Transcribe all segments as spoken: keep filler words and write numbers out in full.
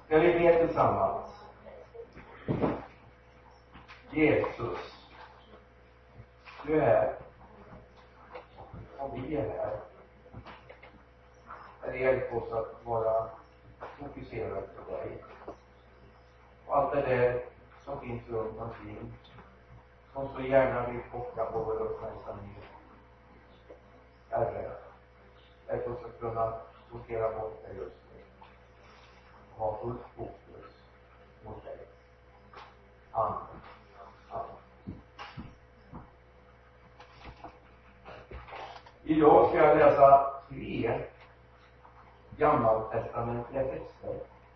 Ska vi be tillsammans? Jesus, du är här. Och vi är här. Herre, hjälp oss att vara fokuserade på dig. Och allt det där som finns runt omkring, som så gärna vill plocka på vår uppmärksamhet. Herre, hjälp oss att kunna sortera bort det just nu. Och ha fullt fokus mot dig. Amen. Amen. Idag ska jag läsa tre gammaltestamentliga texter.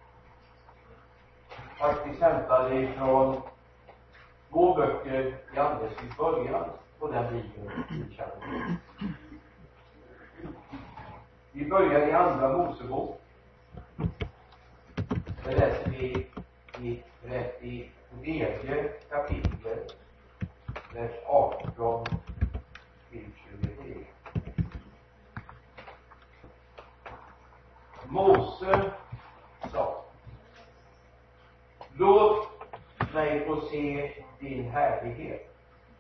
Faktiskt hämtade ifrån två böcker i alldeles i början på den bibeln vi känner. Vi börjar i andra Mosebok. Det läser vi i trettiotredje kapitlet, vers arton till tjugotre. Mose sa: låt mig få se din härlighet.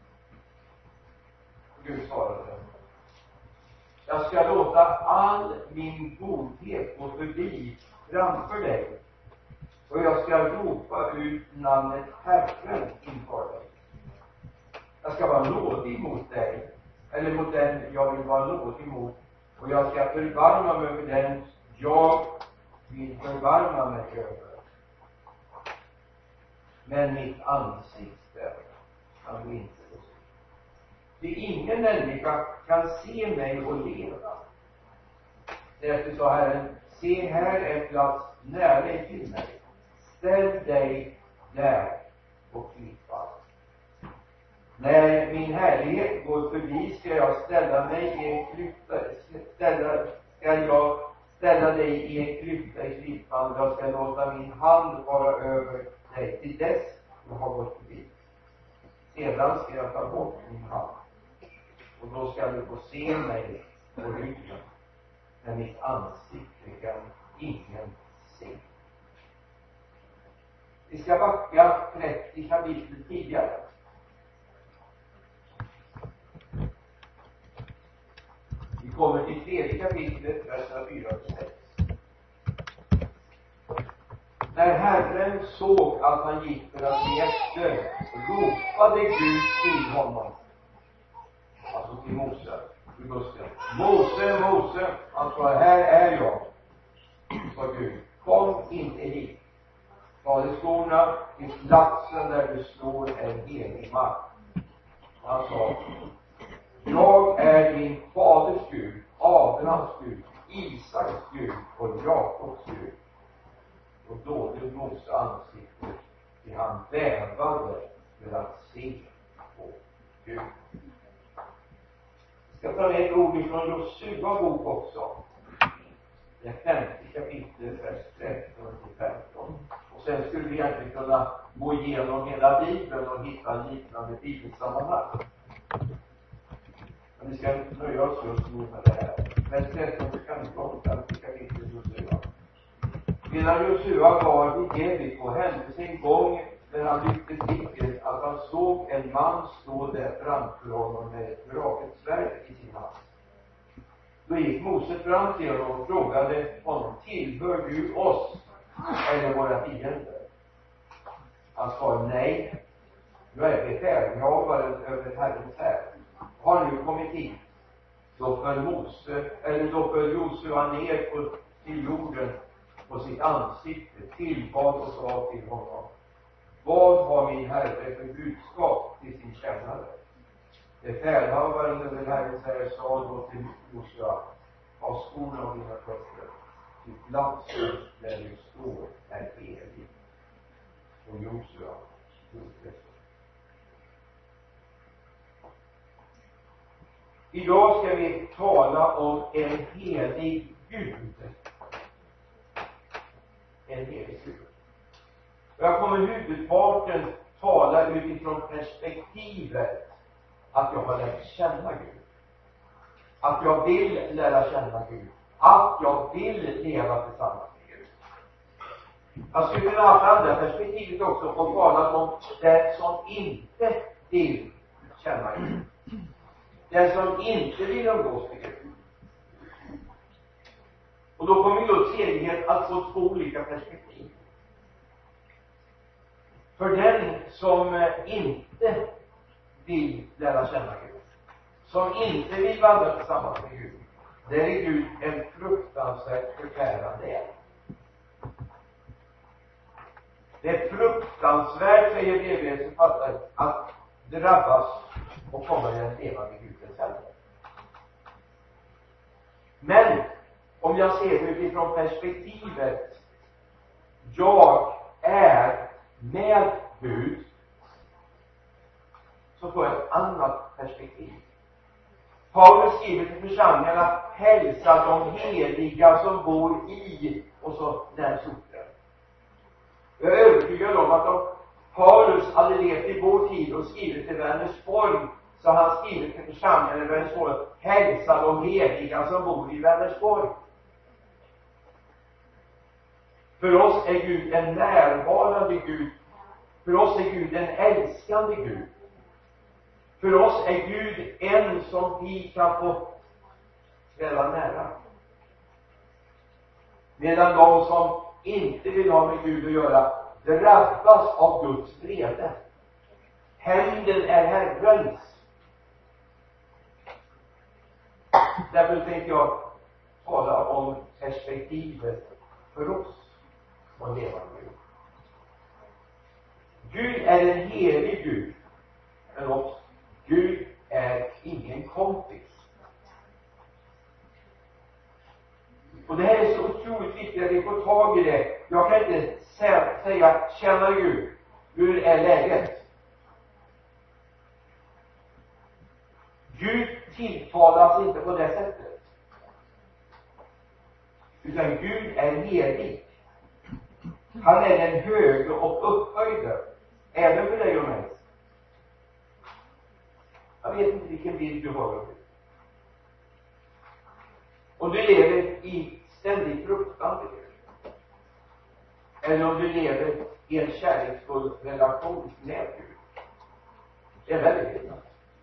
Gud svarade: jag ska låta all min godhet gå förbi framför dig, och jag ska ropa ut namnet Herren inför dig. Jag ska vara nådig mot dig, eller mot den jag vill vara nådig mot, och jag ska förbarma mig över den jag vill förbarma mig över. Men mitt ansikte kan du inte få se. För ingen människa kan se mig och leva. Därför sa Herren: se, här är plats nära till mig. Ställ dig där på klippan. När min härlighet går förbi ska jag ställa mig i en klyfta. Ställa, ska jag ställa dig i en klyfta i klippan. Jag ska låta min hand vara över dig till dess jag har gått förbi. Sedan ska jag ta bort min hand. Och då ska du få se mig på ryggen. Men mitt ansikte kan ingen se. Vi ska backa trettio kapitel tidigare. Vi kommer till tredje kapitlet, verserna fyra till sex. När Herren såg att han gick för att bli efter, ropade Gud till honom. Alltså till Mose, i busken. Mose, Mose, han sa: här är jag. Sa Gud: kom inte hit. Ta skorna, till platsen där du står är helig mark. Han sa: jag är din faders Gud, Abrahams Gud, Isaks Gud och Jakobs Gud. Och då blev Mose ansiktet, till han bävade för att se på Gud. Jag ska ta med ett ord ifrån Josua bok också. Det femte kapitlet, vers tretton till femton. Och sen skulle vi egentligen kunna gå igenom hela Bibeln och hitta liknande bibelsammanhang. Men vi ska nöja oss just nu med det här. Vers tretton till femton, femte kapitlet Josua. Medan Josua var vid Jeriko hände sig en gång när han lyfte blicken att han såg en man stå där framför honom med ett draget svärd i sin hand. Då gick Mose fram till honom och frågade honom: tillhör du oss eller våra fiender? Han sa: nej, jag är befälhavaren över Herrens här. Har nu kommit hit. Då föll Mose, eller då föll Josua ner på, till jorden på sitt ansikte, tillbad och sa till honom: vad har min herre för budskap till sin tjänare? Befälhavaren över Herrens här sa då till Josua: ha skorna av dina fötter, till platsen där du står är helig. Och Josua gjorde det. Idag ska vi tala om en helig Gud. En helig Gud. Jag kommer huvudparten tala utifrån perspektivet att jag har lärt känna Gud. Att jag vill lära känna Gud. Att jag vill leva tillsammans med Gud. Jag skulle kunna ha andra perspektivet också och tala om den som inte vill känna Gud. Den som inte vill umgås med Gud. Och då kommer Guds helighet att få två olika perspektiv. För den som inte vill lära känna Gud, som inte vill vandra tillsammans med Gud, där är Gud en fruktansvärt förfärande eld. Det är fruktansvärt, säger Bibelns författare, att drabbas och komma i en levande Gudens eld. Men om jag ser det utifrån perspektivet jag är med Gud, så får jag ett annat perspektiv. Paulus skriver till församlingarna: hälsa de heliga som bor i, och så den sorten. Jag är övertygad om att om Paulus hade levt i vår tid och skrivit till Vänersborg, så har han skrivit till församlingarna i Vänersborg: hälsa de heliga som bor i Vänersborg. För oss är Gud en närvarande Gud. För oss är Gud en älskande Gud. För oss är Gud en som vi kan få ställa nära. Medan de som inte vill ha med Gud att göra drabbas av Guds vrede. Hämnden är Herrens. Därför tänkte jag tala om perspektivet för oss som levande Gud. Gud är en helig Gud. Men också Gud är ingen kompis. Och det här är så otroligt viktigt att vi får tag i det. Jag kan inte säga, säga känna Gud. Hur är läget? Gud tilltalas inte på det sättet. Utan Gud är helig. Han är den höge och upphöjde. Även för dig och mig. Jag vet inte vilken bild du har av det. Om du lever i ständig fruktan för Gud, eller om du lever i en kärleksfull relation med Gud, det är väldigt skillnad.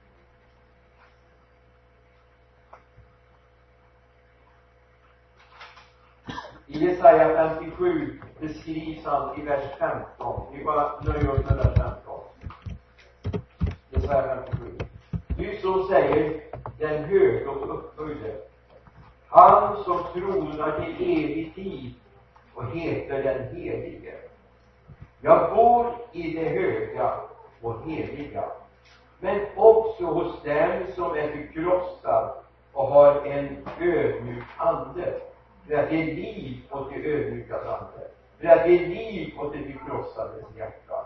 I Jesaja femtiosju beskrivs han i vers femton. Vi bara nöjer oss med vers femton. Jesaja femtiosju. Du som säger den höge och upphöjde, han som tronar till evig tid och heter den helige. Jag bor i det höga och heliga, men också hos dem som är förkrossad och har en ödmjuk ande, för att ge liv åt det ödmjuka ande, för att ge liv åt det förkrossade hjärta.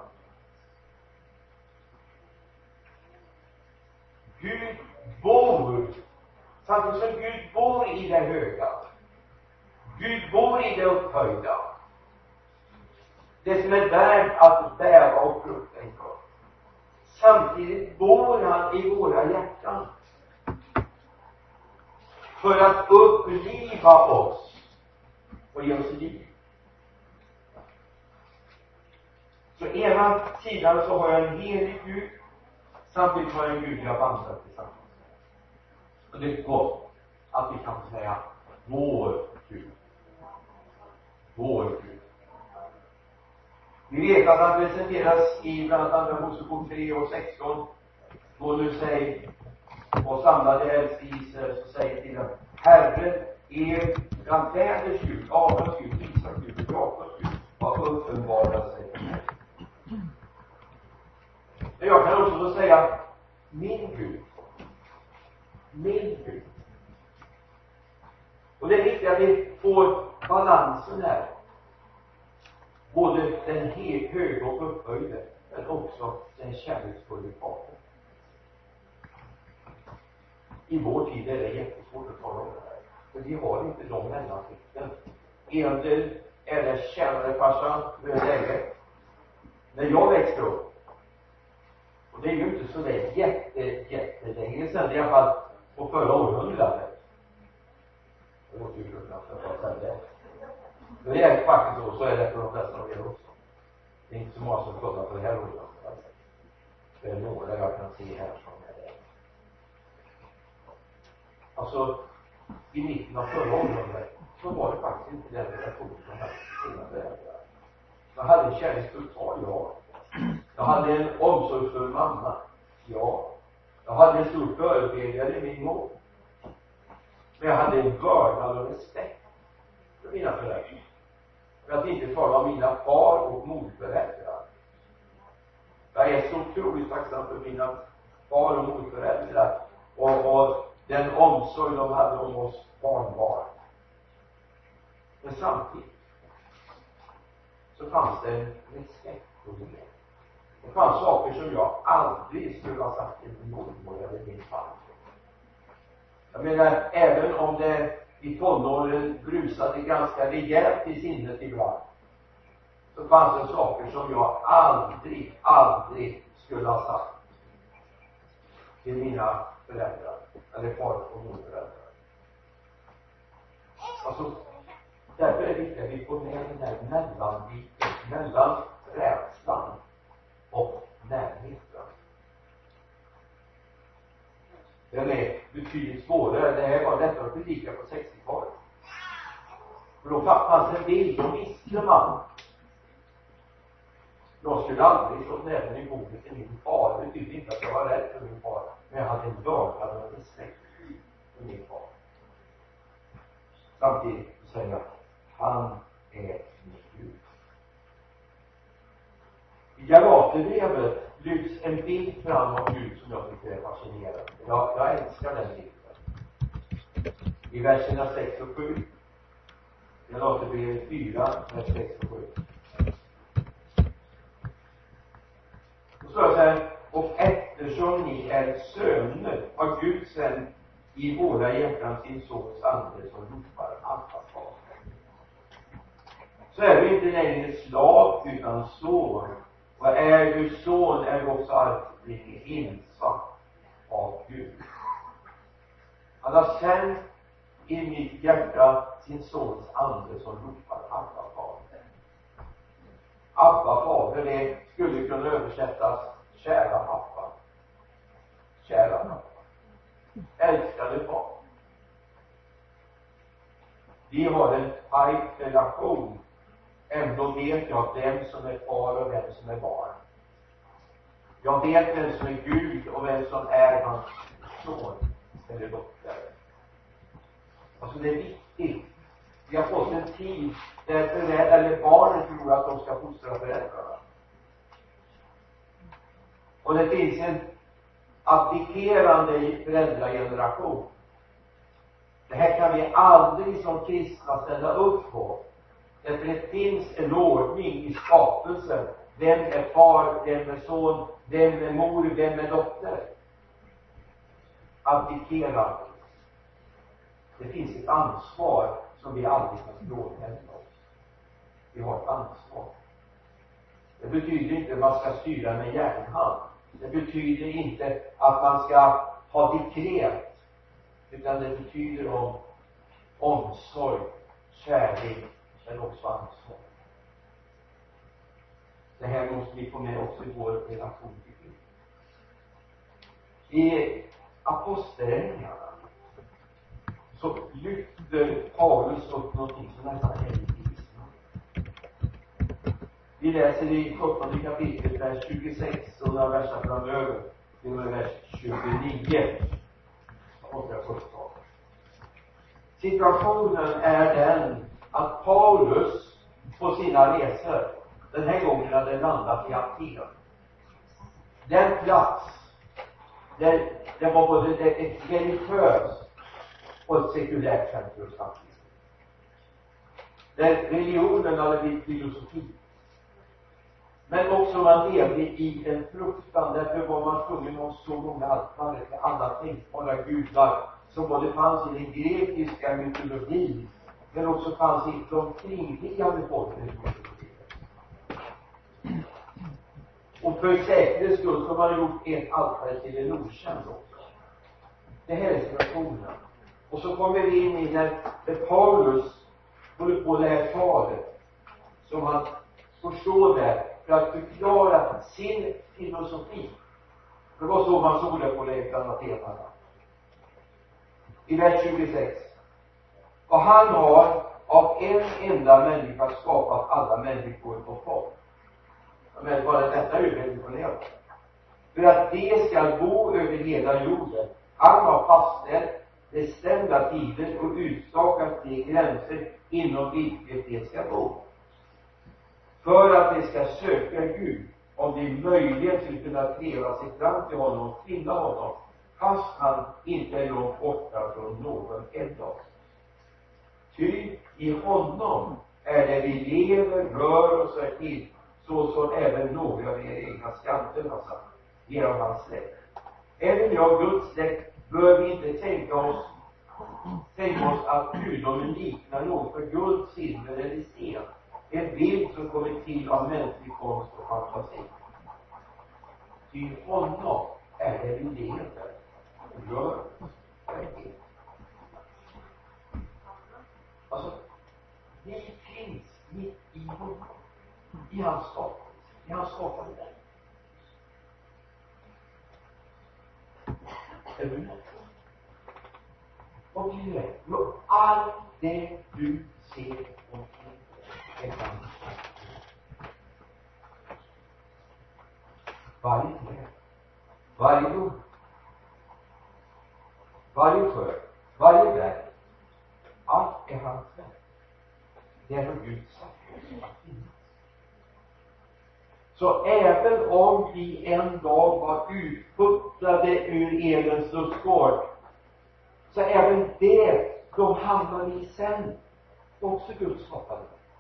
Gud bor, samtidigt som Gud bor i det höga, Gud bor i det upphöjda, det som är värt att bära och frukta inför. Samtidigt bor han i våra hjärtan för att uppliva oss och ge oss liv. Så ena sidan så har jag en helig Gud, samtidigt har jag en Gud jag vandrar tillsammans. Och det är gott att vi kan säga vår Gud. Vår Gud. Vi vet att han presenteras i bland annat Andra Mosebok tre och sexton. Då nu säger och samlade äldste Israel, så säger till dem: Herren är bland fäders Gud, Abrahams Gud, Isaks Gud och Jakobs Gud, har uppenbarat sig för mig. Men jag kan också då säga min Gud. Min Gud. Och det är viktigt att vi får balansen här. Både den höga och upphöjde, men också den kärleksfulla parten. I vår tid är det jättesvårt att tala om det här. För vi har inte de mellanskikten. Egentligen är det tjänare farsan med läget. När jag växte upp, och det är ju inte så det jätte, jätte länge sedan, i alla fall på förra århundradet. Århundradet, för att säga det. Det är faktiskt så, så är det för de flesta av er också. Det är inte så många som kollar på det här ordet. Det är några jag kan se här som är det. Alltså, i mitten av förra århundradet så var det faktiskt inte den relationen som hade sina föräldrar. Jag hade en kärleksfull far, ja. Jag hade en omsorgsfull mamma, ja. Jag hade en stor förebedjare i min mor. Men jag hade en vördnad och respekt för mina föräldrar. För att inte tala om mina far- och morföräldrar. Jag är så otroligt tacksam för mina far- och morföräldrar. Och, och den omsorg de hade om oss barnbarn. Men samtidigt så fanns det en respekt för det. Det fanns saker som jag aldrig skulle ha sagt till min mormor eller min far. Jag menar, även om det i tonåren brusade ganska rejält i sinnet ibland, så fanns det saker som jag aldrig, aldrig skulle ha sagt till mina föräldrar eller far och morföräldrar. Alltså, därför är det viktigt att vi får med den här mellanbiten mellan rädslan och närheten. Den är betydligt svårare. Det här var lättare att predika på sextiotalet. För då fanns en bild, då visste man. Jag skulle aldrig slå näven i bordet till min far. Det betyder inte att jag var rädd för min far. Men jag hade en vördnad och respekt för min far. Samtidigt säger jag, han är min Gud. I Galaterbrevet lyfts en bild fram av Gud som jag tycker är fascinerande. Jag, jag älskar den bilden. I verserna sex och sju. Galaterbrevet fyra, vers sex och sju. Då står det så här: och eftersom ni är söner har Gud sänt i våra hjärtan sin sons ande som ropar Abba Fader. Så är vi inte längre slav utan son. Och är du son är du också arvsling insatt av Gud. Han har sänt i mitt hjärta sin sons ande som ropar Abba Fader. Abba Fader, det skulle kunna översättas kära pappa. Kära pappa. Älskade far. Vi har en tajt relation. Ändå vet jag vem som är far och vem som är barn. Jag vet vem som är Gud och vem som är hans son eller dotter. Alltså det är viktigt. Vi har fått en tid där föräldrar eller barnen tror att de ska fostra föräldrarna. Och det finns en abdikerande föräldrageneration. Det här kan vi aldrig som kristna ställa upp på. Därför det finns en ordning i skapelsen. Vem är far, vem är son, vem är mor, vem är dotter. Abdikera. Det finns ett ansvar som vi aldrig kan frånhända oss. Vi har ett ansvar. Det betyder inte att man ska styra med järnhand. Det betyder inte att man ska ha dekret. Utan det betyder om omsorg, kärlek, men också ansvar. Det här måste vi få med också i vår relation till Gud. I apostlagärningarna så lyfter Paulus upp någonting som nästan är lite kristna. Vi läser i sjuttonde kapitlet, vers tjugosex och några verser framöver. Det är vers tjugonio. Situationen är den att Paulus på sina resor den här gången hade landat i Aten. Den plats där det var både ett religiöst och ett sekulärt centrum samtidigt. Där religionen hade blivit filosofi. Men också man levde i en fruktan. Därför var man tvungen att ha så många altare till alla tänkbara gudar som både fanns i den grekiska mytologin men också fanns i de kringliggande folkens mytologi. Och för säkerhets skull så har man gjort ett altare till en okänd också. Det här är situationen. Och så kommer vi in i när Paulus håller på det här talet som han får stå där för att förklara sin filosofi. Det var så man såg det på det gamla temat. I vers tjugosex. Och han har av en enda människa skapat alla människor och folk. Men bara detta är ju väldigt imponerande. För att de ska bo över hela jorden. Han har fastställt bestämda tider och utstakat de gränser inom vilket de ska bo. För att de ska söka Gud, om det möjligen skulle kunna treva sig fram till honom och finna honom, fast han inte är långt borta från någon enda. Ty i honom är det vi lever, rör oss är till, så som även några av era egna skanter har sagt, genom hans släkt. Även vi av Guds släkt bör vi inte tänka oss tänka oss att gudomen liknar något för guld, silver eller sten, en bild som kommer till av mänsklig konst och fantasi. Ty honom är det vi lever och rör oss är till. Alltså, vi finns mitt i honom, i hans skapelse, i hans skapande där. Är du med? Vad blir det? Jo, allt det du ser omkring är hans skapelse. Varje träd, varje blom, varje sjö, varje berg, allt är hans verk. Det har Gud sagt oss att finnas. Så även om vi en dag var utputtrade ur Edens lustgård, så även det, de hamnar i sen också Gud skapade.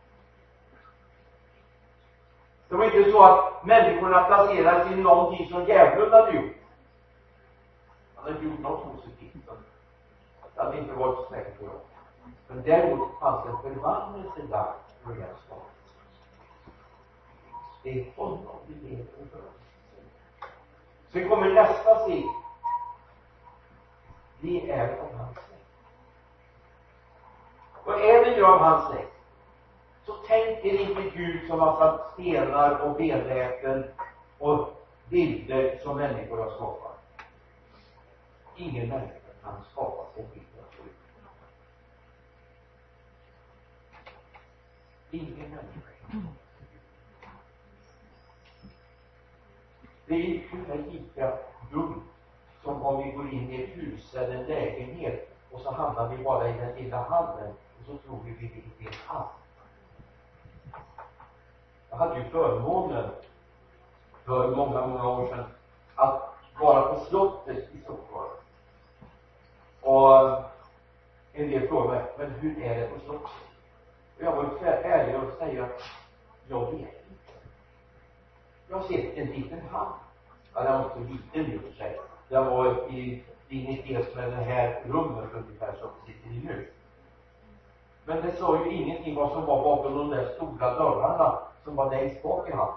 Det var inte så att människorna placerades i någonting som djävulen hade gjort. Han hade inte gjort något positivt. Det hade inte varit släkt på dem. Men däremot fanns en förbannelse där för deras skapelse. Det är honom vi lever för. Sen kommer nästa steg. Vi är av hans släkt. Och är vi av hans släkt, så tänker inte Gud som har satt stenar och benläten och bilder som människor har skapat. Ingen människa kan skapa sig bild av Gud. Ingen människa. Det är ju lika dumt som om vi går in i ett hus eller en lägenhet och så hamnar vi bara i den lilla hallen och så tror vi vi vill se allt. Jag hade ju förmånen för många, många år sedan att vara på slottet i Stockholm. Och en del frågar mig, men hur är det på slottet? Och jag var ju ärlig och säga att jag vet inte. Jag har sett en liten hand. Ja, den var så liten i och för sig. Den var i dignitet med det här rummet ungefär som sitter i nu. Men det sa ju ingenting vad som var bakom de där stora dörrarna som var längst bak i handen.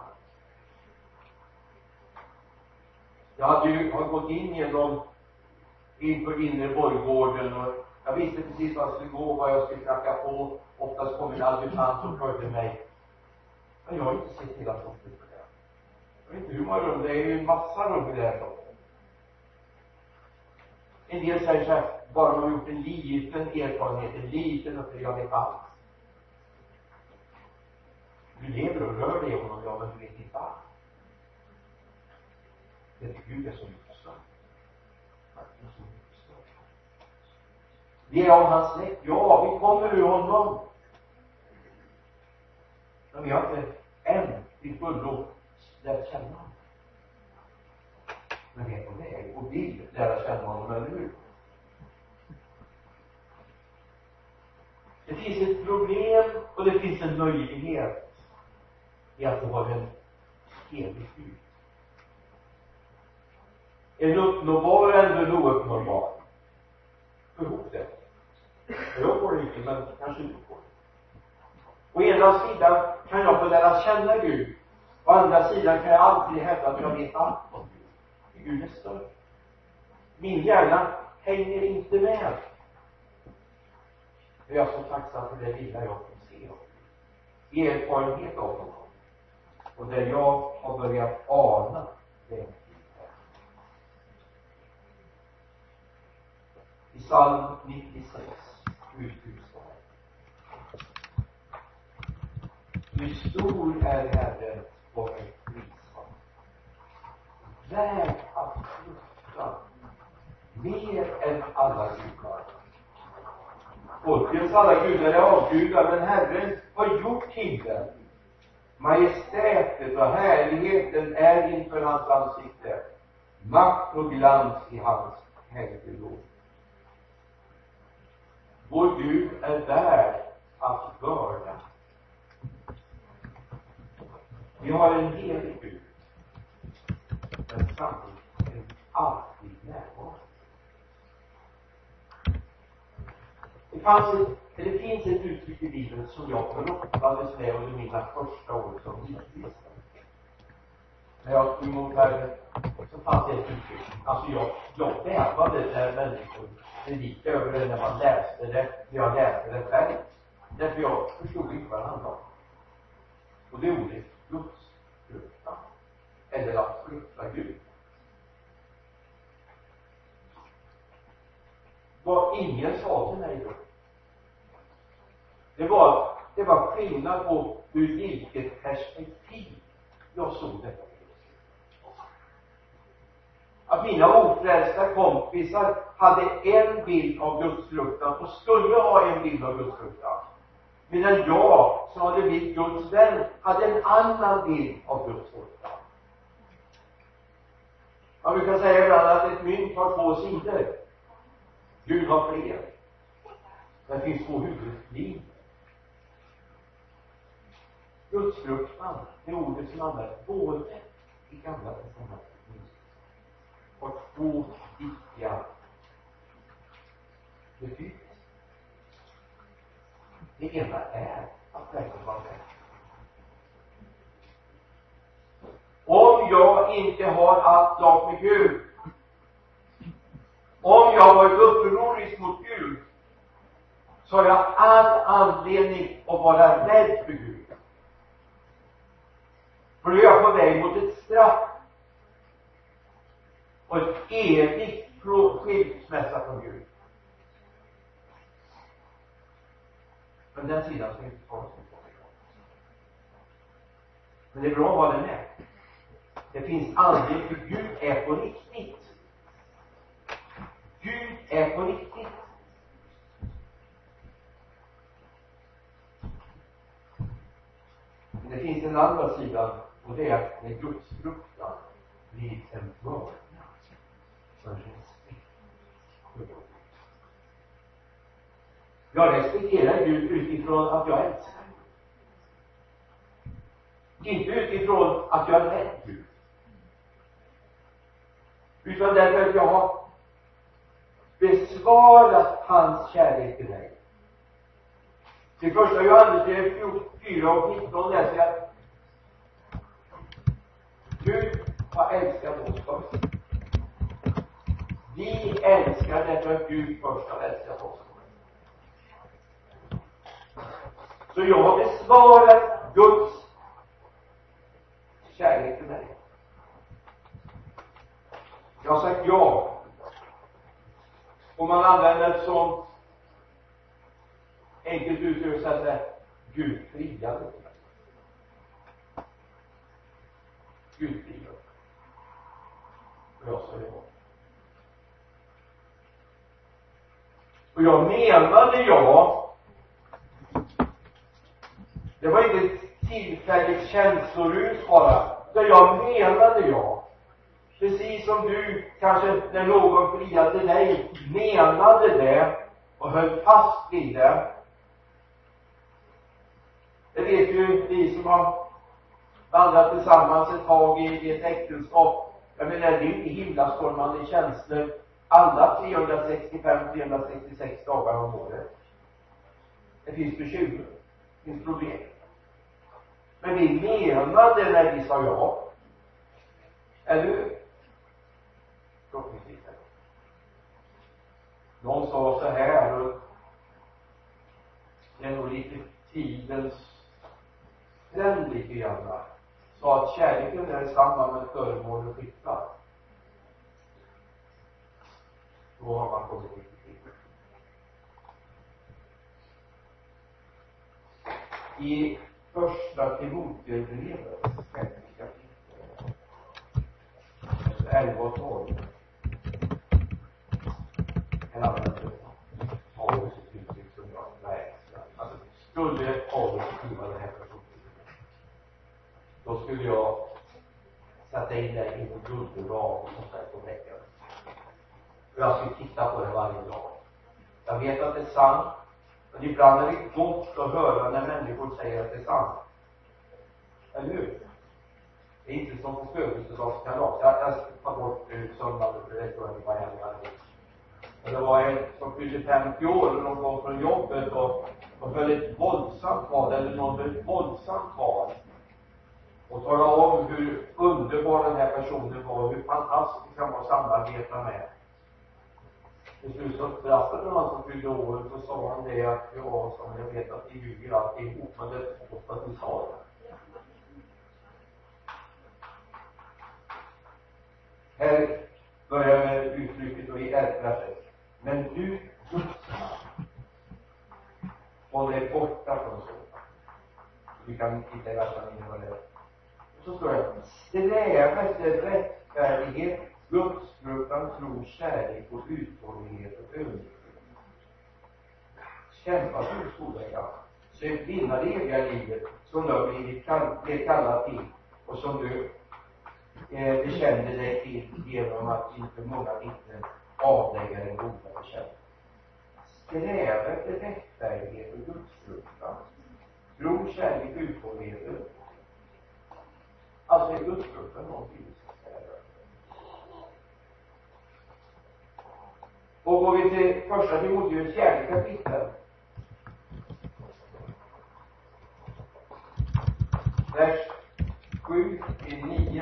Jag hade ju har gått in genom in på inre borggården och jag visste precis vad jag skulle gå, vad jag skulle knacka på. Oftast kom en adjutant som följde mig. Men jag har inte sett hela slottet på det. Jag vet inte hur många rum, det är ju en massa rum i det här slottet. En del säger så här, bara man har gjort en liten erfarenhet, en liten och jag vet allt. Du lever och rör dig om jag, men du vet inte allt. Det är Gud är så mycket större. Vi är av hans släkt, ja, vi kommer ur honom. Men vi har inte än till fullo lärt känna honom. Men vi är på väg och vill lära känna honom, eller hur? Det finns ett problem och det finns en möjlighet i att det var en helig Gud. En uppnåbar eller en ouppnåbar? Behov det. Jag får det inte, men kanske inte får det. Å ena sidan kan jag få lära känna Gud. Å andra sidan kan jag alltid hävda att jag vet allt om Gud. Gud är större. Min hjärna hänger inte med. är jag så tacksam för det lilla jag får se av Gud. Erfarenhet av honom. Och där jag har börjat ana det. I psalm nittiosex, utbudstad. Hur stor är Herren och ett prisfall. Värd att frukta mer än alla gudar. Folkens alla gudar är avgudar, men Herren har gjort himlen. Majestätet och härligheten är inför hans ansikte. Makt och glans i hans helgedom. Vår Gud är värd att vörda. Vi har en helig Gud, men samtidigt en alltid närvarande. Det fanns ett, eller det finns ett uttryck i Bibeln som jag brottades med under mina första år som bibelkristen. När jag tog emot Herren så fanns det ett uttryck. Alltså jag, jag bävade när människor predikade över det, när man läste det, när jag läste det själv. Därför jag förstod inte vad det handlade om. Och det ordet Guds fruktan. Eller att frukta Gud. Vad ingen sa till mig då. Det var, det var skillnad på hur vilket perspektiv jag såg detta. Att mina ofrälsta kompisar hade en bild av Guds fruktan och skulle ha en bild av Guds fruktan. Medan jag, som hade blivit Guds vän, hade en annan bild av Guds fruktan. Man brukar säga ibland att ett mynt har två sidor. Gud har fler. Det finns två huvudlinjer. Guds fruktan, det ordet som används både i Gamla testamentet och två viktiga betydelser. Det ena är att verkligen vara med. Om jag inte har allt lag med Gud, om jag har varit upprorisk mot Gud, så har jag all anledning att vara rädd för Gud. För då är jag på väg mot ett straff och ett evigt skilsmässa från Gud. Men den sidan ska inte ta oss på. Men det är bra vad den är. Det finns anledning, för Gud är på riktigt. Gud är på riktigt. Men det finns en andra sidan, och det är att när Guds fruktan blir en vörd för respekt. Jag respekterar Gud utifrån att jag älskar. Inte utifrån att jag är rädd Gud. Utan därför att jag har besvarat hans kärlek till mig. Till första Johannes fyra och nitton läser jag: Gud har älskat oss först. Vi älskar därför att Gud först har älskat oss. Så jag har besvarat Guds kärlek till mig. Jag har sagt ja. Om man använder ett sånt enkelt uttryck så att säga, Gud friade mig. Gud friade. Och jag sa ja. Och jag menade ja. Det var inte ett tillfälligt känslorus bara. Utan jag menade ja. Precis som du kanske när någon friade till dig menade det och höll fast vid det. Det vet ju vi som har vandrat tillsammans ett tag i ett äktenskap. Jag menar, det är inte himlastormande känslor alla trehundrasextiofem till trehundrasextiosex dagar om året. Det finns bekymmer. Det finns problem. Men vi menade när vi sa ja. Eller hur? Någon sa så här, och är nog lite tidens trend lite grann. Så att kärleken är samma med föremål och skicklar. Då har man kommit riktigt in. I första Timoteusbrevet, femte kapitel, elva och tolv. En annan Paulus uttryck som jag läser. Alltså, skulle Paulus skriva det här personen, då skulle jag sätta in det i en guldram och sånt där på väggen. Och jag skulle titta på det varje dag. Jag vet att det är sant. Men ibland är det gott att höra när människor säger att det är sant. Eller hur? Det är inte som på födelsedagskalas. Jag, jag tar bort söndagen för det tror jag var hemma. Det var en som fyllde femtio år och de kom från jobbet och, och höll ett våldsamt tal, eller någon höll ett våldsamt tal. Och talade om hur underbar den här personen var, hur fantastisk han var att samarbeta med. Till slut så berättade någon som fyllde år, så sa han det att jag, som jag vet att det ljuger alltihop, men det är svårt att du sa det. Här börjar med uttrycket och i ärtverset. Men du, håll dig borta från så. Vi kan titta i versen in vad det är. Så står det, sträva efter rättfärdighet, Guds fruktan, tro, kärlek och uthållighet och ödmjukhet. Kämpa för skolvägar. Sök vinna det eviga livet som du har blivit kallad till och som du eh, bekände dig till genom att inför många vittnen avlägga den goda bekännelsen. Sträva efter rättfärdighet och Guds fruktan, tro, kärlek och uthållighet. Alltså är Guds fruktan någonting som strävar. Och går vi till första Timoteus fjärde kapitel. Vers sju till nio.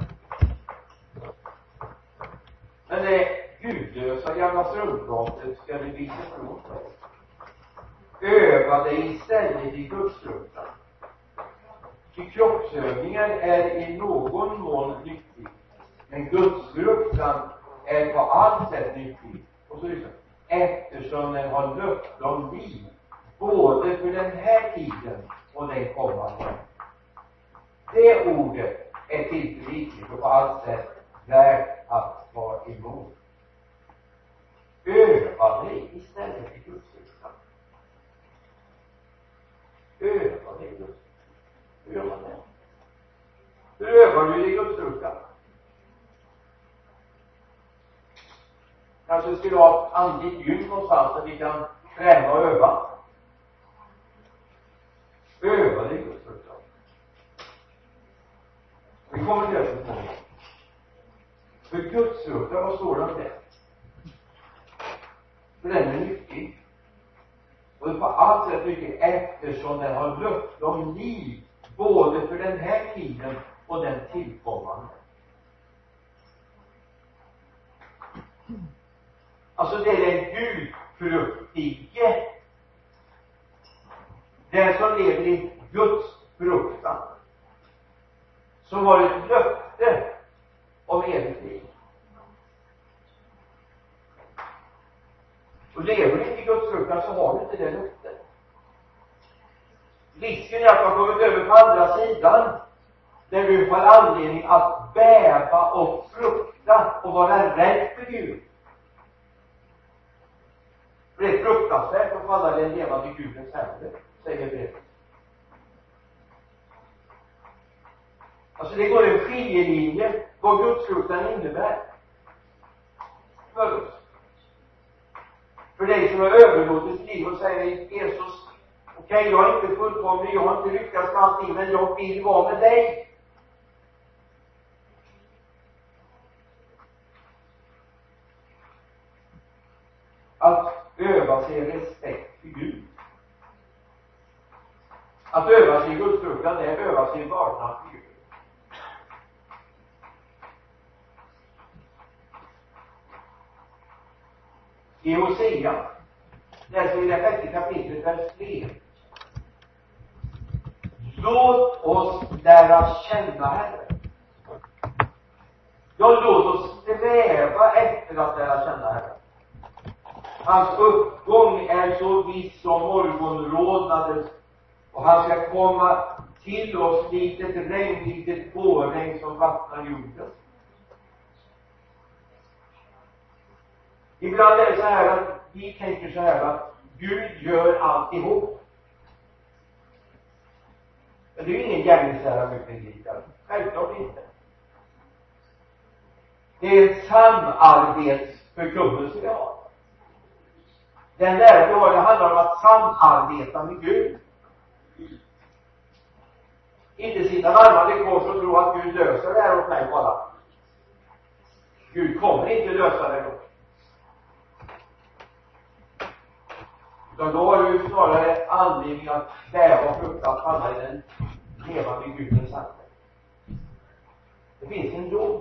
Men det gudlösa gamla struntpratet ska vi visa ifrån sig. Öva dig istället i Guds fruktan. Ty kroppsövningar är i någon mån nyttig. Men Guds fruktan är på allt sätt nyttig. Och så liksom, eftersom den har löfte om liv, både för den här tiden och den kommande. Det ordet är tillförlitligt och på allt sätt värt att vara emot. Öva dig istället i Guds fruktan. Öva dig i Guds fruktan. Hur gör man det? Hur övar du i Guds fruktan? Kanske skulle ha ett andligt gym någonstans där vi kan träna och öva. Öva dig i Guds fruktan. Vi kommer till det så småningom. För Guds fruktan, vad står det om det? För den är nyttig. Och det är på allt sätt mycket eftersom den har löfte om liv både för den här tiden och den tillkommande. Alltså det är den gudfruktige, den som lever i Guds fruktan, som har ett löfte om evigt liv. Och lever du inte i Guds fruktan så har du inte det löftet. Risken är att man kommer över på andra sidan, där du har anledning att bäva och frukta och vara rädd för Gud. För det är fruktansvärt att falla i den levande Gudens händer, säger brevet. Alltså det går en skiljelinje vad Guds fruktan innebär för oss. För dig som har överlåtit sitt liv och säger Jesus, okej, okay, jag är inte fullkomlig, jag har inte lyckats med allting, men jag vill vara med dig. Att öva sig i respekt för Gud. Att öva sig i Guds fruktan, det är att öva sig i vördnad för Gud. I Hosea, läser vi det sjätte kapitlet, vers tre. låt oss lära känna Herren. Ja, låt oss sträva efter att lära känna Herren. Hans uppgång är så viss som morgonrodnadet, och han ska komma till oss likt ett regn, likt ett vårregn som vattnar jorden. Ibland är det så här att vi tänker så här att Gud gör alltihop. Men det är ju ingen gärningslära mycket liknande. Självklart inte. Det är en samarbetsförkunnelse vi har. Den lära vi har, det handlar om att samarbeta med Gud. Inte sitta närmare i kors och tro att Gud löser det här åt mig bara. Gud kommer inte lösa det då. Utan då har du snarare anledning att bäva och frukta att falla i den levande Gudens ande. Det finns en dom.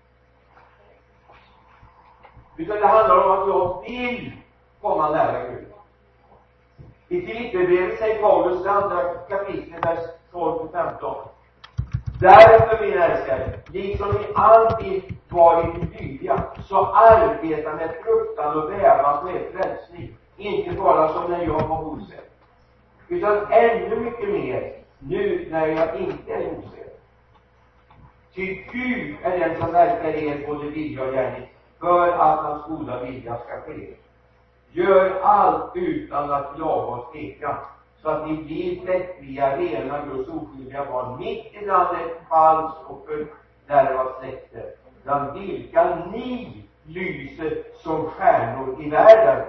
Utan det handlar om att jag vill komma nära Gud. I Filipperbrevet säger Paulus, det andra kapitlet, vers tolv till femton. Därför, min älskare, liksom ni alltid varit lydiga, så arbeta med fruktan och bävan med frälsning. Inte bara som när jag var hos er, utan ännu mycket mer nu när jag inte är hos er. Ty Gud är den som verkar er både vilja och gärning, för att hans goda vilja ska ske. Gör allt utan att klaga och tveka, så att ni blir fläckfria, rena, Guds oskyldiga barn, mitt i landet falskt och fördärvat släkte, bland vilka ni lyser som stjärnor i världen.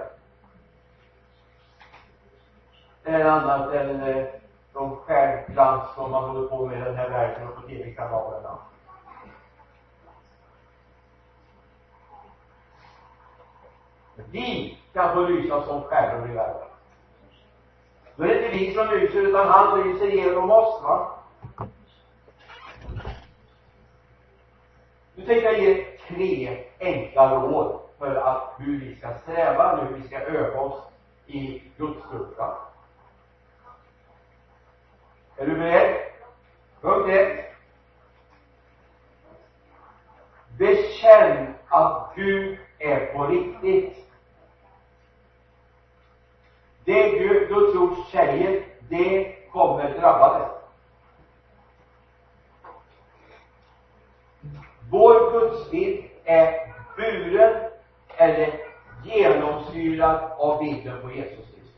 Det är annat än eh, de stjärnglans som man håller på med den här världen och på tv-kanalerna. Vi kan få lysa som stjärnor i världen. Då är det inte vi som lyser, utan han lyser genom oss, va? Nu tänkte jag ge tre enkla råd för att hur vi ska sträva, hur vi ska öva oss i Guds fruktan. Är du beredd? Punkt ett. Bekänn att Gud är på riktigt. Det Gud, Guds ord säger, det kommer drabba dig. Vår gudsbild är buren eller genomsyrad av bilden på Jesus Kristus.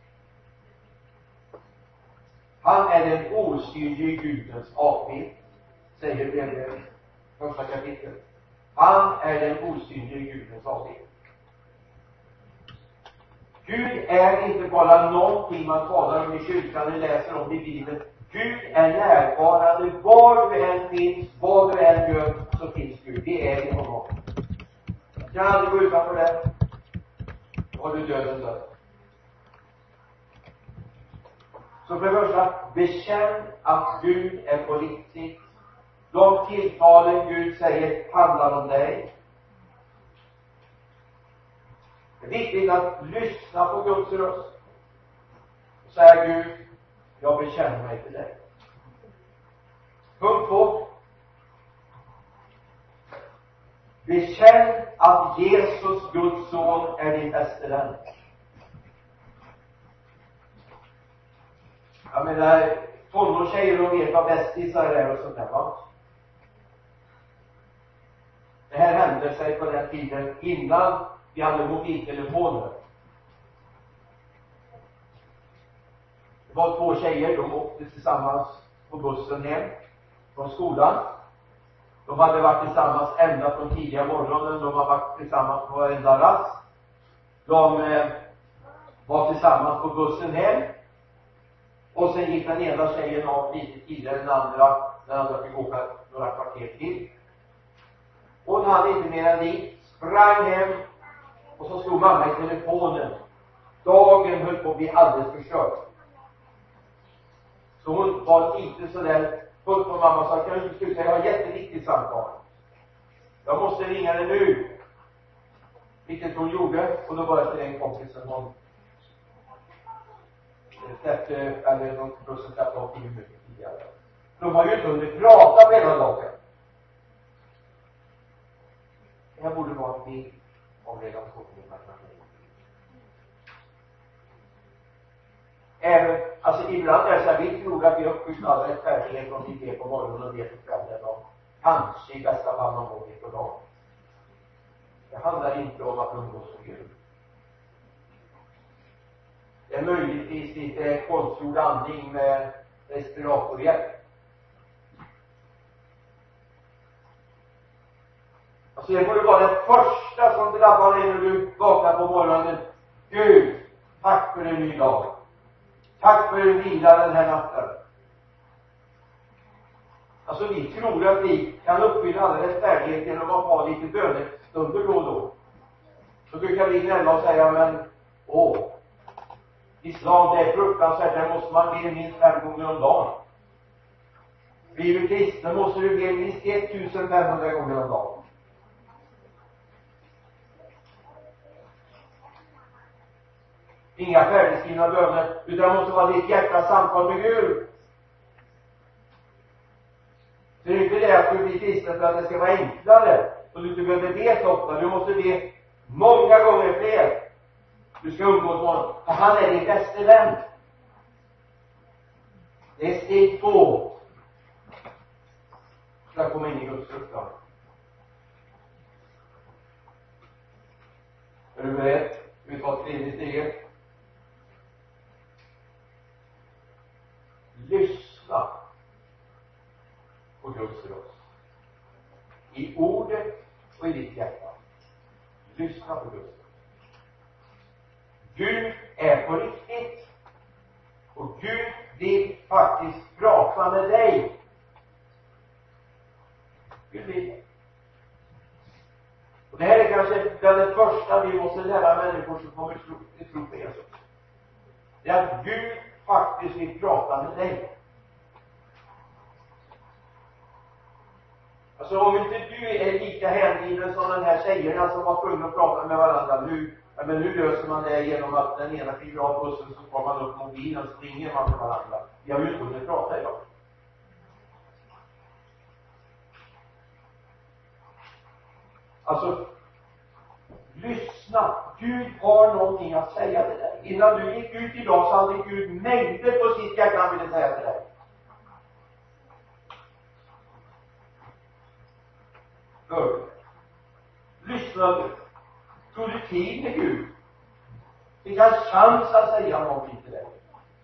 Han är den osynlige Gudens avbild, säger Bibeln, första kapitlet. Han är den osynlige Gudens avbild. Gud är inte bara någonting man talar om i kyrkan eller läser om i Bibeln. Gud är närvarande. Var du än finns, vad du än gör, så finns Gud. Det är i honom. Du kan aldrig gå utanför det. Då har du döden död. Så för det första, bekänn att Gud är på riktigt. De tilltalen Gud säger handlar om dig. Det är viktigt att lyssna på Guds röst. Och säga Gud, jag bekänner mig till dig. Punkt två. Bekänn att Jesus, Guds son, är din bäste vän. Jag menar, tonårstjejer och vet vad bästisar är och sånt där, va? Det här hände sig på den tiden innan vi hade mobiltelefoner. Det var två tjejer, de åkte tillsammans på bussen hem från skolan. De hade varit tillsammans ända från tidiga morgonen. De har varit tillsammans på enda rast. De eh, var tillsammans på bussen hem. Och sen gick den ena tjejen av lite tidigare än den andra. Den andra fick åka några kvarter till. Hon hade inte mer än dit. Sprang hem. Och så slog mamma i telefonen. Dagen höll på att bli alldeles förstörd. Så hon var lite sådär fullt på mamma och sa, kan du inte sluta, jag har jätteviktigt samtal. Jag måste ringa dig nu. Vilket hon gjorde. Och då började en kompis som hon släppte, eller någon bussen släppte av tio minuter. tidigare. De har ju inte hunnit prata med hela dagen. Det här borde vara en bild av relationen med människor. Även, alltså ibland är det så här, vi tror att vi uppskjuter all rättfärdighet om vi ber på morgonen och ber på kvällen och kanske i bästa fall någon gång på dagen. Det handlar inte om att umgås med Gud. Det är möjligtvis lite konstgjord andning med respiratorhjälp. Alltså det borde vara det första som drabbar dig när du vaknar på morgonen. Gud, tack för en ny dag. Tack för en vila den här natten. Alltså vi tror att vi kan uppfylla alla rättfärdighet genom att ha lite bönestunder då och då. Så brukar vi nämna och säga, men åh, islam det är fruktansvärt, där måste man be minst fem gånger om dagen. Blir du kristen måste du be minst femtonhundra gånger om dagen. Inga färdigskrivna böner, utan det måste vara ditt hjärtas samtal med Gud. Så det är inte det att du blir kristen för att det ska vara enklare och du inte behöver be så ofta. Du måste be många gånger fler. Du ska umgås med honom, för han är din bästa vän. Det är steg två för att komma in i Guds fruktan. Är du beredd? Vi tar tredje steget. Lyssna på Guds röst. I ordet och i ditt hjärta. Lyssna på Guds röst. Gud är på riktigt. Och Gud vill faktiskt prata med dig. Gud vill. Och det här är kanske det första vi måste lära människor som kommer till tro på Jesus. Det är att Gud faktiskt vill prata med dig. Alltså om inte du är lika hängiven som den här tjejerna som var tvungna att prata med varandra nu, men nu löser man det genom att den ena kliver av bussen, så tar man upp mobilen och springer man till varandra. Vi har ju inte hunnit prata idag. Alltså, lyssna. Gud har någonting att säga till dig. Innan du gick ut idag så hade Gud mängder på sitt hjärta han ville säga till dig. Hör du? Lyssna du. Tog du tid med Gud? Fick han chans att säga någonting till dig?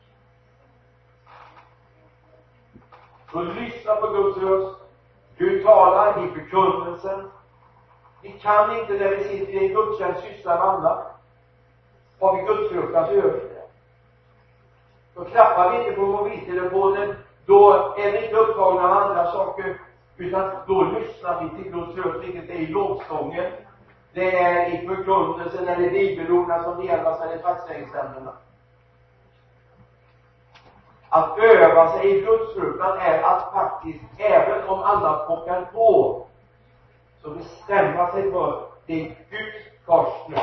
Så lyssna på Guds röst. Gud talar i förkunnelsen. Vi kan inte när vi sitter i en gudstjänst syssla med annat. Har vi gudsfruktan så gör vi det. Då klappar vi inte på mobiltelefonen. Då är vi inte upptagna av andra saker. Utan då lyssnar vi till Guds röst. Vilket är i lovsången. Det är i förkunnelsen eller i bibelorden som delas eller i tacksägelseämnena. Att öva sig i Guds fruktan är att faktiskt, även om alla pockar på, så bestämma sig för det är Guds först nu.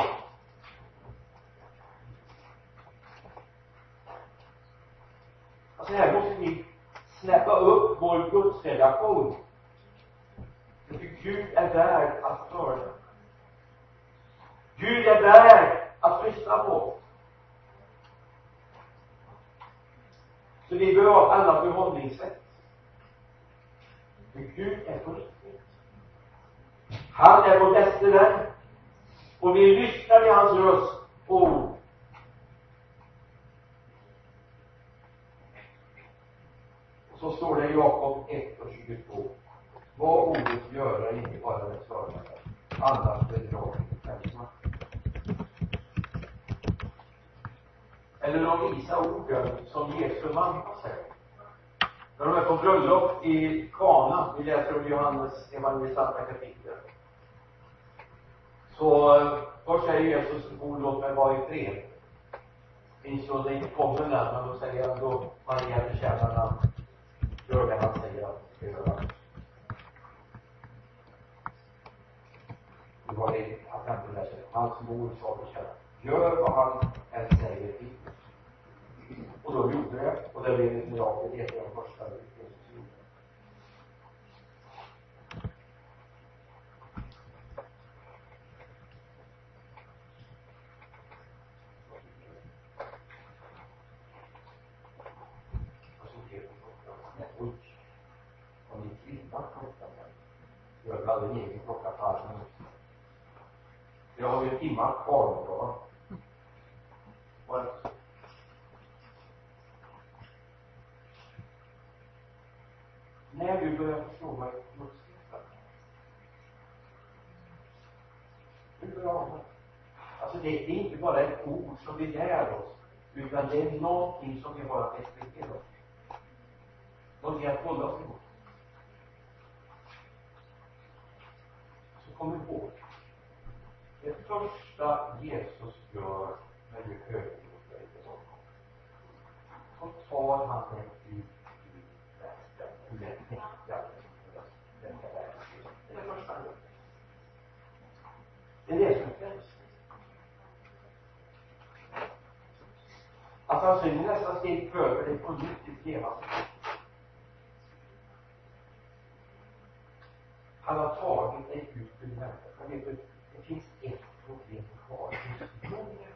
Alltså här måste vi släppa upp vår gudsrelation. För Gud är värd att höra. Gud är värd att lyssna på. Så vi behöver alla förhållningssätt. För Gud är på riktigt. Han är vår bästa vän. Och vi lyssnar till hans röst och ord. Och så står det i Jakob ett och tjugotvå. Vad ordet göra inte bara med svarande. Annars bedrar det själva. Eller de visa orden som Jesu mamma säger. När de är på bröllop i Kana, vi läser om Johannes evangelist andra kapitel. Så först säger Jesus, ord låt mig vara i fred. Finns så det inte kommer när, men då säger han då, Maria förtjänar gör det han säger att det ska göra. Det var det att han inte läser. Hans mor sa till kärna, gör vad han än säger till. Och då gjorde det, och det blev ett mirakel, det är de första. timmar klockan. Jag hade en egen klocka på armen. Jag har ju timmar kvar då. Och när du börjar förstå vad gudstjänst är. Du börjar ana. Alltså det, det är inte bara ett ord som vi lär oss, utan det är någonting som vi har att respektera. Någonting att hålla oss emot. Så kom ihåg. Det första Jesus gör när du övergår dig till honom, så tar han den ut ur världen, ur den mäktiga den här världen. Det är det första han gör. Det är det som är främst. Att han synger nästan steg före det på nytt i temat. Han har tagit dig ut ur världen. Han vet att det finns ett problem kvar. Det finns många kristna.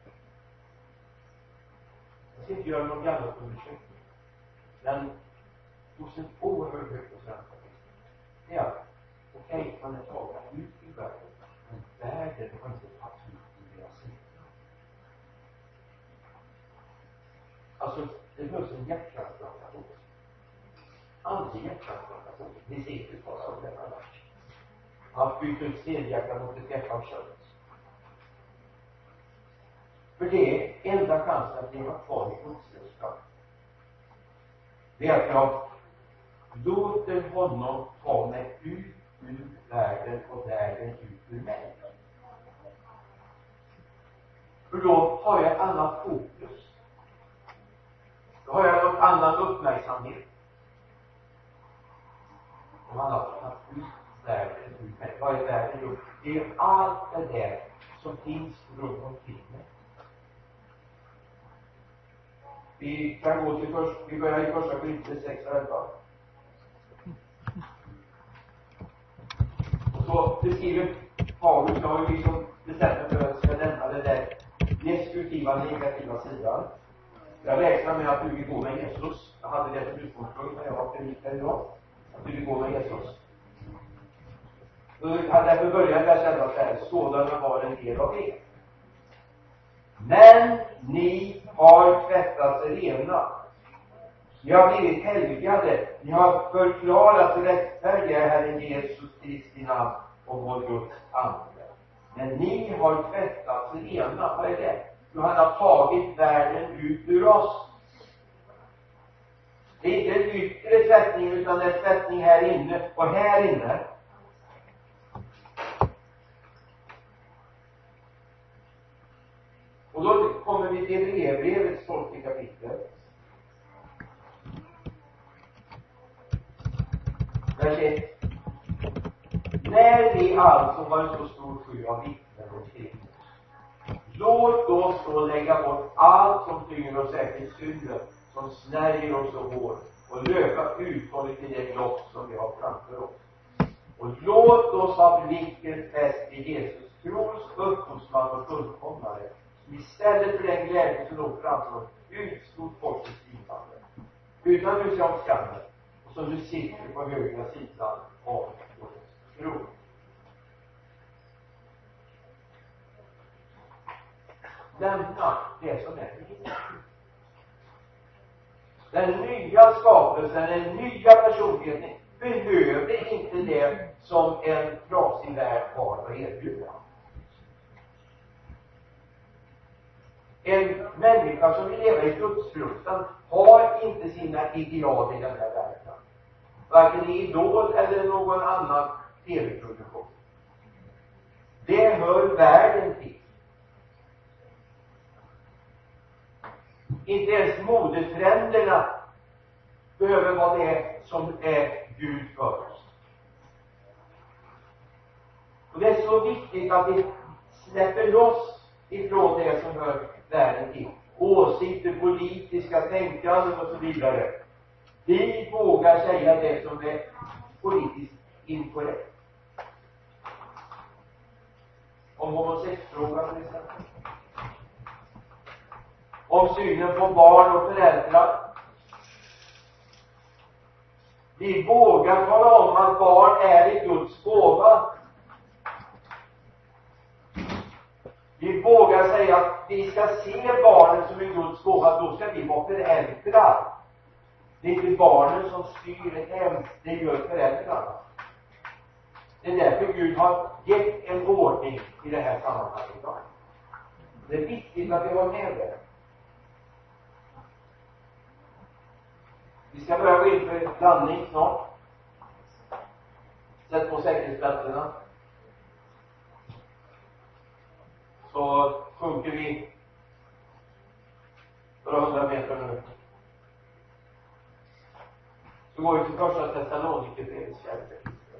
Jag ska inte göra någon gammal undersökning. Men hos en oerhört hög procent av kristna. Det är att okej, okay, man är tagen ut i världen. Men världen har inte tagit ut i deras liv. Alltså, det behövs en hjärttransplantation. Aldrig hjärttransplantation. Det ser inte bara av denna värld. Att byta ut stenhjärtan mot ett hjärta av kött. För det är enda chansen att leva kvar i gudstjänsten. Det är att jag låter honom ta mig ut ur världen och världen ut ur mig. För då har jag ett annat fokus. Då har jag någon annan uppmärksamhet. Och man har tagit ut världen ut mig. Vad är världen då? Det är ju allt det där som finns runt omkring mig. Vi kan gå till först, vi börjar i första Korinthierbrevet sex och elva. Och så beskriver Paulus, jag har ju liksom bestämt för att jag ska lämna det där destruktiva, negativa sidan. Jag räknar med att du vill gå med Jesus. Jag hade det som utgångspunkt när jag var predikare idag. Att du vill gå med Jesus. Och därför började jag känna så här, sådana var en del av er. Men ni har tvättats rena. Ni har blivit helgade. Ni har förklarat rättfärdiga Herren Jesus Kristi namn och vår Guds ande. Men ni har tvättats rena. Vad är det? Du har tagit världen ut ur oss. Det är inte en yttre tvättning, utan det är tvättning här inne och här inne. Och då kommer vi till Hebreerbrevets tolfte kapitel. Vers ett. När vi alltså har en så stor sky av vittnen omkring oss, låt oss då lägga bort allt som tynger oss, särskilt synden som snärjer oss så hårt, och löpa uthålligt till det lopp som vi har framför oss. Och låt oss ha blicken fäst i Jesus, trons upphovsman och fullkomnare, som istället för den glädje som låg framför oss utstod korsets lidande, utan att bry sig om skammen, och som du sitter på högra sidan av vår tron. Lämna det som är nytt. Den nya skapelsen, den nya personligheten behöver inte det som en trasig värld har att erbjuda. En människa som vill leva i gudsfruktan har inte sina ideal i den här världen. Varken i Idol eller någon annan tv-produktion. Det hör världen till. Inte ens modetrenderna behöver vara det som är Gud för oss. Och det är så viktigt att vi släpper loss ifrån det som hör världen till. Åsikter, politiska tänkanden och så vidare. Vi vågar säga det som är politiskt inkorrekt. Om homosexfrågan till exempel. Om synen på barn och föräldrar. Vi vågar tala om att barn är i Guds gåva. Vi vågar säga att vi ska se barnen som en Guds gåva, då ska vi vara föräldrar. Det är inte barnen som styr ett hem, det gör föräldrarna. Det är därför Gud har gett en ordning i det här sammanhanget idag. Det är viktigt att vi har med det. Vi ska börja gå in för landning snart. Sätt på säkerhetsplatserna. Så sjunker vi några hundra meter nu. Så går vi till första Thessalonikerbrevet fjärde.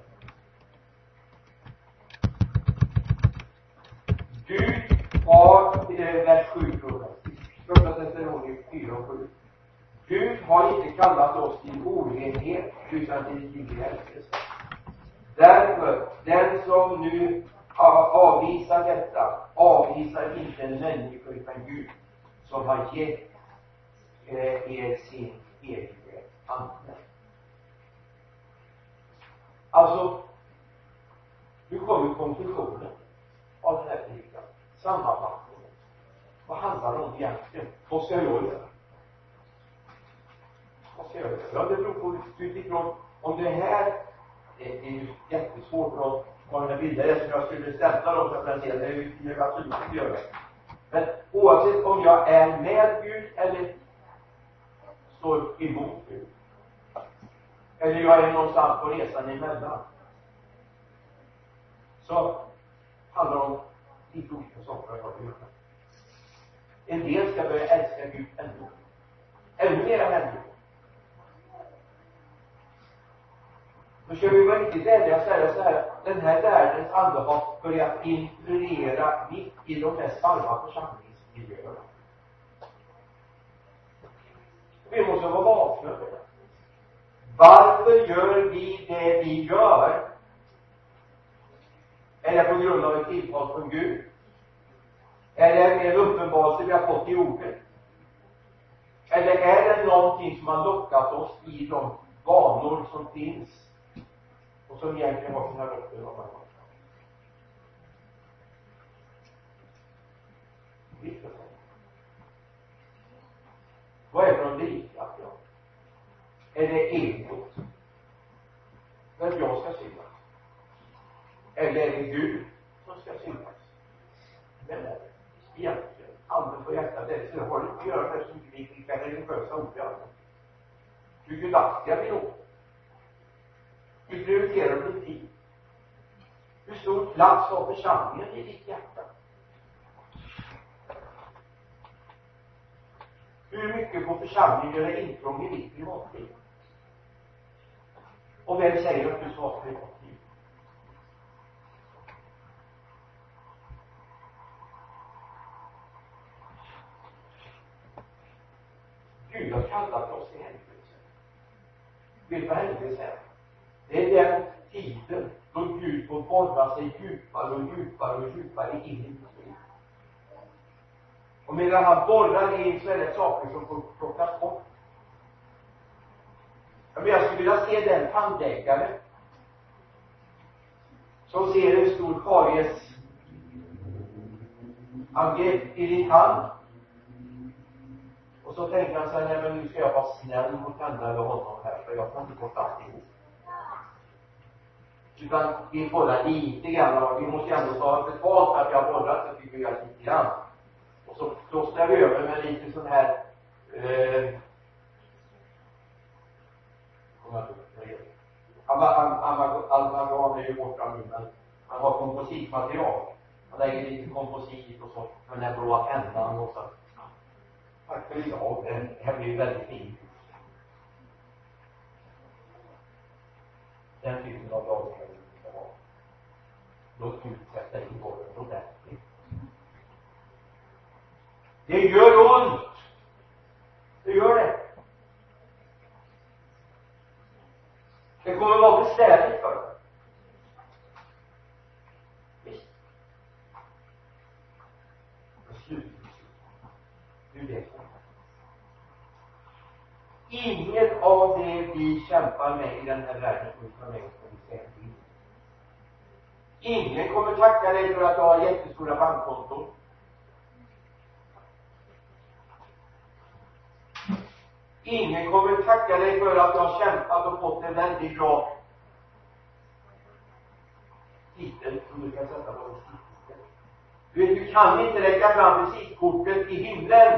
Gud har, i vers sju fråga, första Thessalonikerbrevet fyra och sju. Gud har inte kallat oss till orenhet utan till tillgänglighet. Därför, den som nu avvisar detta, avvisar inte en människa utan Gud, som har gett eh, er sin egen ande. Alltså, nu kommer konklusionen av den här predikan. Sammanfattningen. Vad handlar det om egentligen? Vad ska jag göra? Vad ska jag göra? Ja, det beror på utifrån om det här det är ju jättesvårt att ha den här bilden som jag skulle stämpla dem för att presentera. Det är ju det absolut inte göra. Men oavsett om jag är med Gud eller står emot Gud, eller jag är någonstans på resan emellan, så handlar det om lite olika saker jag har att göra. En del ska börja älska Gud ändå. Ännu mer än ändå. Då ska vi vara riktigt ärliga och säga så här. Den här världens ande har börjat influera mitt i de mest varma församlingsmiljöerna. Vi måste vara vakna för det. Varför gör vi det vi gör? Är det på grund av ett tilltal från Gud? Är det en uppenbarelse vi har fått i ordet? Eller är det någonting som har lockat oss i de vanor som finns och som egentligen har sina rötter någon annan? Vad är det de drivkraft? Ja? Är det egot? För att jag ska synas? Eller är det Gud som ska synas? Vem är det? Egentligen. Anden på hjärtat. Det så har det inte att göra med så mycket vilka religiösa ord. Hur gudaktiga vi då? Hur prioriterar du din tid? Hur stor plats har församlingen i ditt hjärta? Hur mycket på församlingen gör det intrång i ditt privatliv? Och vem säger att du ska ha privatliv? Gud har kallat oss till helgelse. Vet du vad helgelse är? Det är den tiden då Gud får borra sig djupare och djupare och djupare in i ditt liv. Och medan han borrar in så är det saker som får plockas bort. Men jag skulle vilja se den tandläkare som ser en stor karies angrepp i din tand. Och så tänker han sig, nej men nu ska jag vara snäll mot henne eller honom här, för jag får inte bort alltihop. Utan vi borrar lite grann, och vi måste ändå ta betalt för att jag har borrat, så vi gör lite grann. Och så plåstrar vi över med lite sån här eh, amalgam är ju borta nu, men han har kompositmaterial. Han lägger lite komposit och så, med den här blåa pennan och så. Tack för idag, det här blir väldigt fint. Den typen av dagar kan vi inte ha. Låt Gud sätta in bollen ordentligt. Det gör ont. Det gör det. Det kommer vara besvärligt för dig. Visst. Och slut. Hur det är. Inget av det vi kämpar med i den här världen och för mig ska vi säga till. Ingen kommer tacka dig för att du har jättestora bankkonton. Ingen kommer tacka dig för att du har kämpat och fått en väldigt bra titel som du kan sätta på visitkortet. Du vet, du kan inte räcka fram visitkortet i himlen.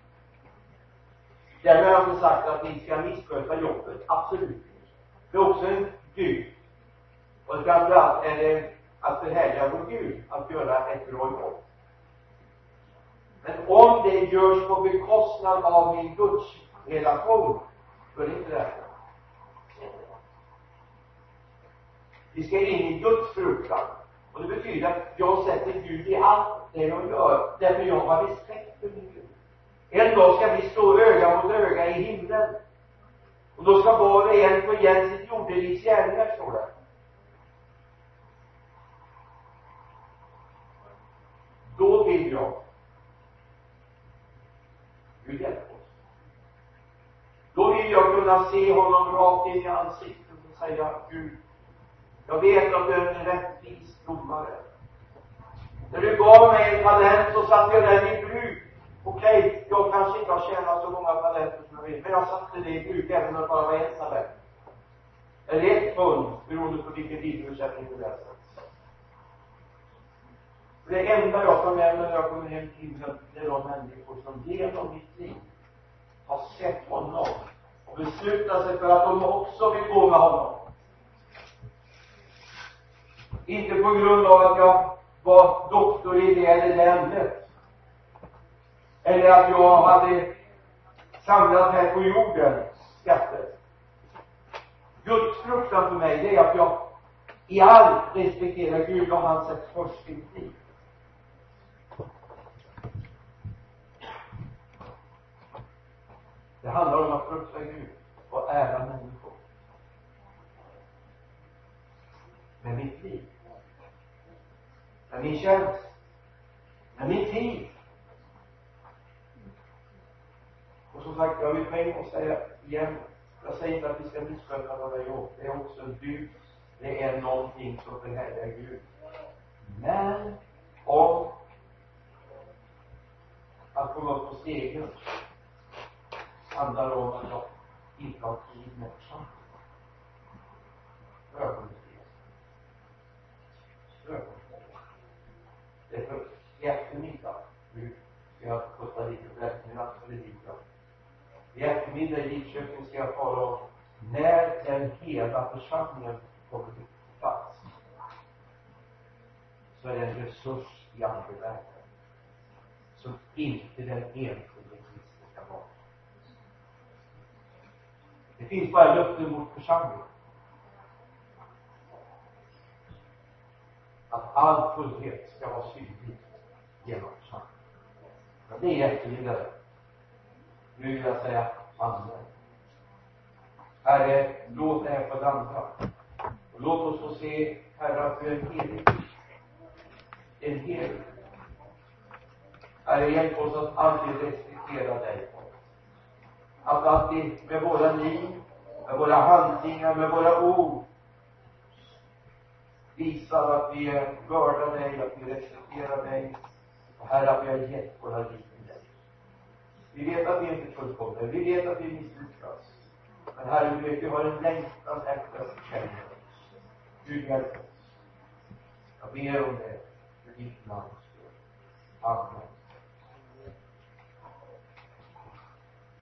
Därmed har jag inte sagt att ni ska missköta jobbet. Absolut inte. Det är också en Gud. Och framförallt är det att förhärliga vår Gud att göra ett bra jobb. Men om det görs på bekostnad av min gudsrelation, då är det inte det. Vi ska in i Guds fruktan. Och det betyder att jag sätter Gud i allt det jag gör. Därför jag har respekt för min Gud. En dag ska vi stå öga mot öga i himlen. Och då ska var och en få igen sitt jordelivs gärningar, står det. Då vill jag Gud hjälp oss. Då vill jag kunna se honom rakt in i ansiktet och säga: Gud, jag vet att du är en rättvis domare. När du gav mig en talent så satte jag den i bruk. Okej, okay, jag kanske inte har tjänat så många talenter som jag vill, men jag satte det i bruk även om det bara var en talent. Eller ett pund, beroende på vilken bibelöversättning du läser. Det enda jag tar med när jag kommer hem till himlen, det är de människor som genom mitt liv har sett honom och beslutat sig för att de också vill gå med honom. Inte på grund av att jag var doktor i det eller det ämnet, eller att jag hade samlat här på jorden skatter. Guds fruktan för mig, det är att jag i allt respekterar Gud och han sätter först sin liv. Det handlar om att frukta Gud och ära människor. Med mitt liv. Med min tjänst. Med min tid. Och som sagt, jag vill på en gång säga igen, jag säger inte att vi ska missköta våra jobb. Det är också en dygd. Det är någonting som förhärligar Gud. Men om att komma upp på stegen handlar om att jag inte har tid med församling. Ögonblick. Ögonblick. Det är för i eftermiddag. Nu ska jag putta lite på eftermiddag för det lika. I eftermiddag i Lidköping ska jag tala om när den hela församlingen kommer till plats. Så är det en resurs i andevärlden som inte den enskilde kristna ska vara. Det finns bara löften mot församlingen. Att all fullhet ska vara synlig genom församlingen. Men det är eftermiddag. Nu vill jag säga amen. Herre, låt det här få landa. Och låt oss få se, Herre, att du är en helig. En helig. Herre, hjälp oss att alltid respektera dig. Att alltid med våra liv, med våra handlingar, med våra ord visa att vi värdar dig, att vi respekterar dig. Och Herre, att vi har gett våra liv till dig. Vi vet att vi inte är fullkomliga. Vi vet att vi misslyckas. Men Herre, vi vet att vi har en längtan efter att känna oss. Gud hjälp oss. Jag ber om det för ditt namns skull. Amen.